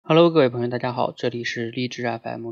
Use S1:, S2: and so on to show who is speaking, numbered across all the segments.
S1: Hello，各位朋友，大家好，这里是励志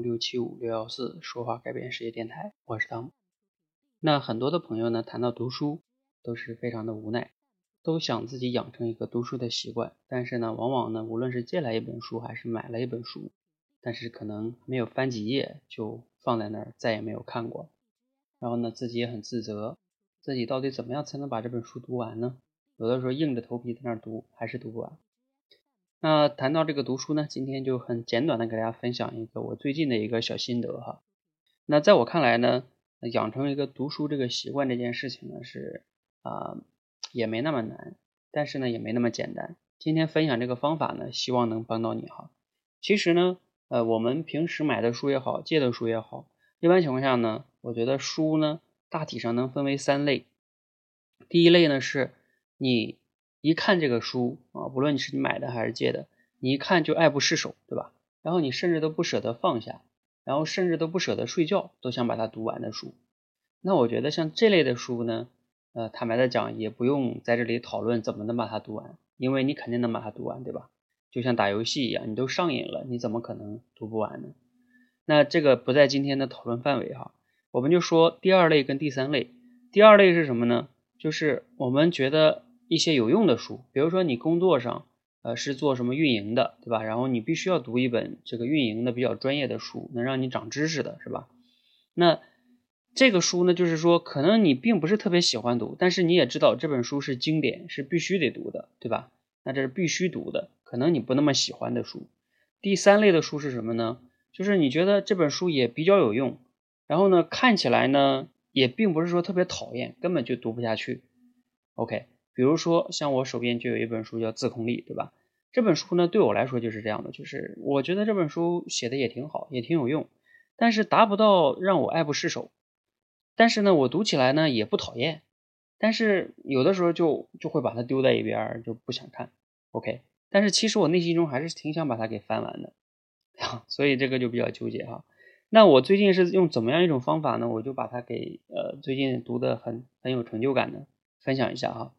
S1: FM675614说话改变世界电台，我是汤姆。那很多的朋友呢，谈到读书都是非常的无奈，都想自己养成一个读书的习惯，但是呢，往往呢，无论是借来一本书还是买了一本书，但是可能没有翻几页就放在那儿，再也没有看过。然后呢，自己也很自责，自己到底怎么样才能把这本书读完呢？有的时候硬着头皮在那儿读，还是读不完。那谈到这个读书呢，今天就很简短的给大家分享一个我最近的一个小心得哈。那在我看来呢，养成一个读书这个习惯这件事情呢是也没那么难，但是呢也没那么简单。今天分享这个方法呢，希望能帮到你哈。其实呢，我们平时买的书也好，借的书也好，一般情况下呢，我觉得书呢大体上能分为3类。第一类呢是你一看这个书啊，不论你买的还是借的，你一看就爱不释手，对吧？然后你甚至都不舍得放下，然后甚至都不舍得睡觉，都想把它读完的书。那我觉得像这类的书呢，坦白的讲也不用在这里讨论怎么能把它读完，因为你肯定能把它读完，对吧？就像打游戏一样，你都上瘾了，你怎么可能读不完呢？那这个不在今天的讨论范围哈，我们就说第2类跟第3类。第2类是什么呢？就是我们觉得一些有用的书，比如说你工作上是做什么运营的，对吧？然后你必须要读一本这个运营的比较专业的书，能让你长知识的，是吧？那这个书呢，就是说可能你并不是特别喜欢读，但是你也知道这本书是经典，是必须得读的，对吧？那这是必须读的，可能你不那么喜欢的书。第3类的书是什么呢？就是你觉得这本书也比较有用，然后呢看起来呢也并不是说特别讨厌，根本就读不下去。OK， 比如说像我手边就有一本书叫《自控力》，对吧？这本书呢对我来说就是这样的，就是我觉得这本书写的也挺好，也挺有用，但是达不到让我爱不释手。但是呢我读起来呢也不讨厌，但是有的时候就会把它丢在一边，就不想看。OK， 但是其实我内心中还是挺想把它给翻完的。所以这个就比较纠结哈。那我最近是用怎么样一种方法呢？我就把它给最近读的很有成就感的分享一下哈。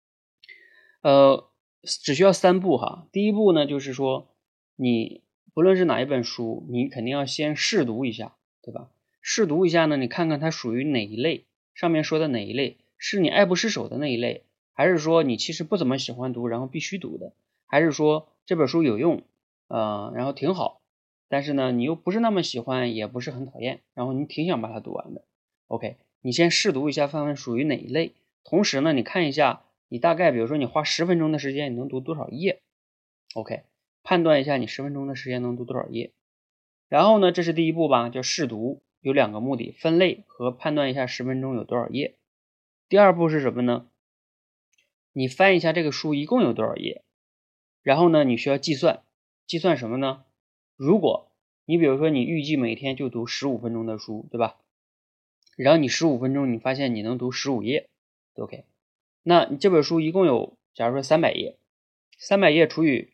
S1: 只需要3步哈。第一步呢，就是说你不论是哪一本书，你肯定要先试读一下，对吧？试读一下呢，你看看它属于哪一类，上面说的哪一类，是你爱不释手的那一类，还是说你其实不怎么喜欢读，然后必须读的，还是说这本书有用，然后挺好，但是呢，你又不是那么喜欢，也不是很讨厌，然后你挺想把它读完的。OK， 你先试读一下范围属于哪一类，同时呢，你看一下你大概比如说你花10分钟的时间，你能读多少页 ？OK， 判断一下你10分钟的时间能读多少页。然后呢，这是第一步吧，叫试读，有2个目的，分类和判断一下10分钟有多少页。第2步是什么呢？你翻一下这个书一共有多少页，然后呢，你需要计算，计算什么呢？如果你比如说你预计每天就读15分钟的书，对吧？然后你15分钟你发现你能读15页 ，OK， 那你这本书一共有假如说300页，300页除以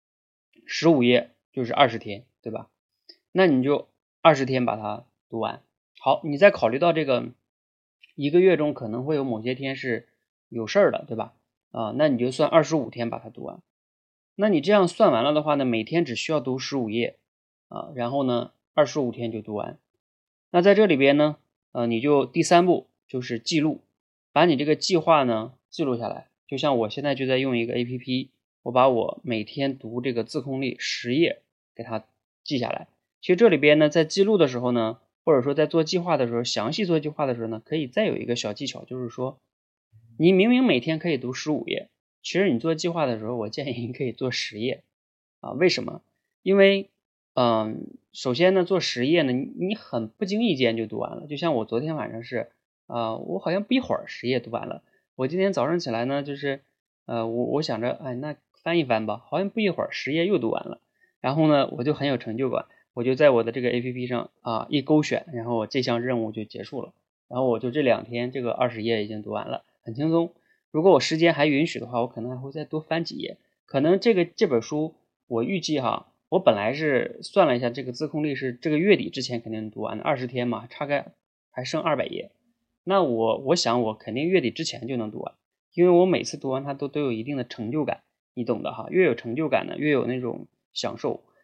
S1: 15页就是20天，对吧？那你就20天把它读完。好，你再考虑到这个1个月中可能会有某些天是有事儿的，对吧？那你就算25天把它读完。那你这样算完了的话呢，每天只需要读15页然后呢25天就读完。那在这里边呢，你就第3步就是记录，把你这个计划呢记录下来。就像我现在就在用一个 APP， 我把我每天读这个自控力10页给它记下来。其实这里边呢，在记录的时候呢，或者说在做计划的时候，详细做计划的时候呢，可以再有一个小技巧，就是说，你明明每天可以读15页，其实你做计划的时候，我建议你可以做10页为什么？因为首先呢，做10页呢，你很不经意间就读完了。就像我昨天晚上是我好像不一会儿10页读完了。我今天早上起来呢，就是我想着，哎，那翻一翻吧，好像不一会儿10页又读完了。然后呢，我就很有成就感，我就在我的这个 APP 上一勾选，然后我这项任务就结束了。然后我就这2天这个20页已经读完了，很轻松。如果我时间还允许的话，我可能还会再多翻几页。可能这本书我预计我本来是算了一下，这个自控力是这个月底之前肯定读完的，20天嘛，大概还剩200页。那我想我肯定月底之前就能读完，因为我每次读完它都有一定的成就感，你懂的哈。越有成就感呢，越有那种享受。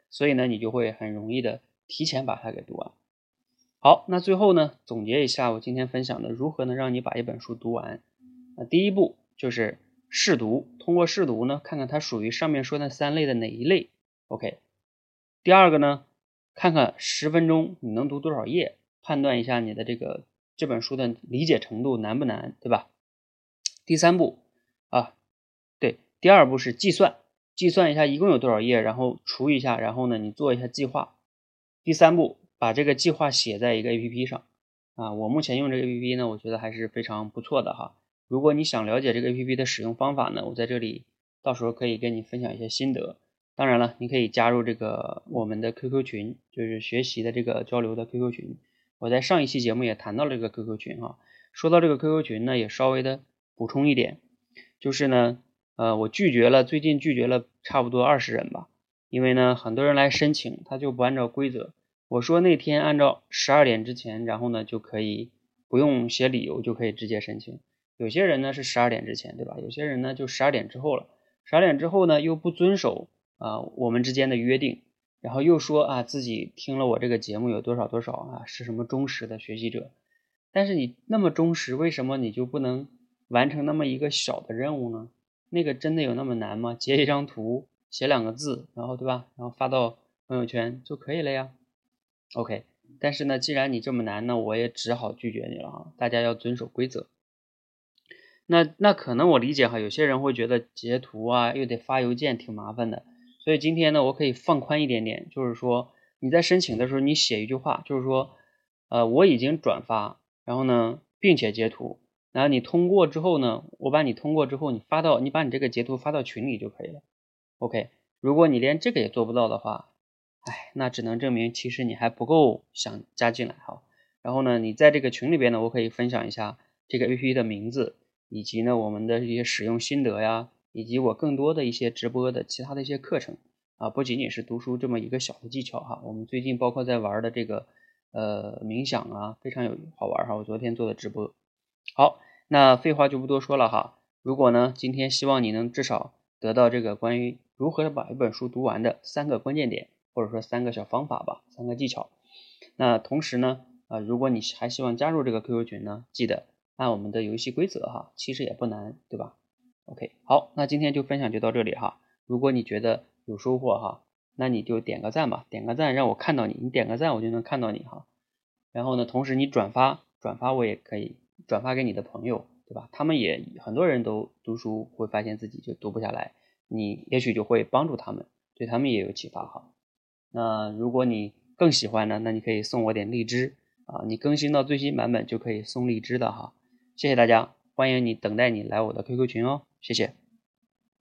S1: 所以呢你就会很容易的提前把它给读完。好，那最后呢总结一下我今天分享的如何能让你把一本书读完。第一步就是试读，通过试读呢看看它属于上面说的3类的哪一类。 OK， 第二个呢看看10分钟你能读多少页，判断一下你的这本书的理解程度难不难，对吧？第三步第二步是计算一下一共有多少页，然后除一下，然后呢你做一下计划。第三步把这个计划写在一个 APP 上我目前用这个 APP 呢，我觉得还是非常不错的哈。如果你想了解这个 APP 的使用方法呢，我在这里到时候可以跟你分享一些心得。当然了，你可以加入这个我们的 QQ 群，就是学习的这个交流的 QQ 群。我在上一期节目也谈到了这个 QQ 群哈。说到这个 QQ 群呢，也稍微的补充一点，就是呢我最近拒绝了差不多20人吧。因为呢很多人来申请他就不按照规则，我说那天按照12点之前，然后呢就可以不用写理由就可以直接申请。有些人呢是12点之前，对吧？有些人呢就12点之后了，12点之后呢又不遵守我们之间的约定，然后又说自己听了我这个节目有多少多少是什么忠实的学习者。但是你那么忠实，为什么你就不能完成那么一个小的任务呢？那个真的有那么难吗？截一张图，写2个字，然后对吧？然后发到朋友圈就可以了呀。OK， 但是呢，既然你这么难呢，我也只好拒绝你了大家要遵守规则。那可能我理解有些人会觉得截图又得发邮件挺麻烦的，所以今天呢我可以放宽一点点，就是说你在申请的时候你写一句话，就是说我已经转发，然后呢并且截图，然后你通过之后呢，我把你通过之后你把你这个截图发到群里就可以了。 OK， 如果你连这个也做不到的话，那只能证明其实你还不够想加进来然后呢你在这个群里边呢，我可以分享一下这个 APP 的名字，以及呢我们的一些使用心得呀，以及我更多的一些直播的其他的一些课程不仅仅是读书这么一个小的技巧我们最近包括在玩的这个冥想非常好玩我昨天做的直播。好，那废话就不多说了如果呢今天希望你能至少得到这个关于如何把一本书读完的3个关键点，或者说3个小方法吧，3个技巧。那同时呢如果你还希望加入这个 QQ 群呢，记得按我们的游戏规则其实也不难，对吧？ OK， 好，那今天就分享就到这里如果你觉得有收获那你就点个赞吧，点个赞让我看到你点个赞我就能看到你然后呢同时你转发我也可以转发给你的朋友，对吧？他们也很多人都读书会发现自己就读不下来，你也许就会帮助他们，对他们也有启发那如果你更喜欢呢，那你可以送我点荔枝你更新到最新版本就可以送荔枝的谢谢大家，欢迎你等待你来我的 QQ 群谢谢。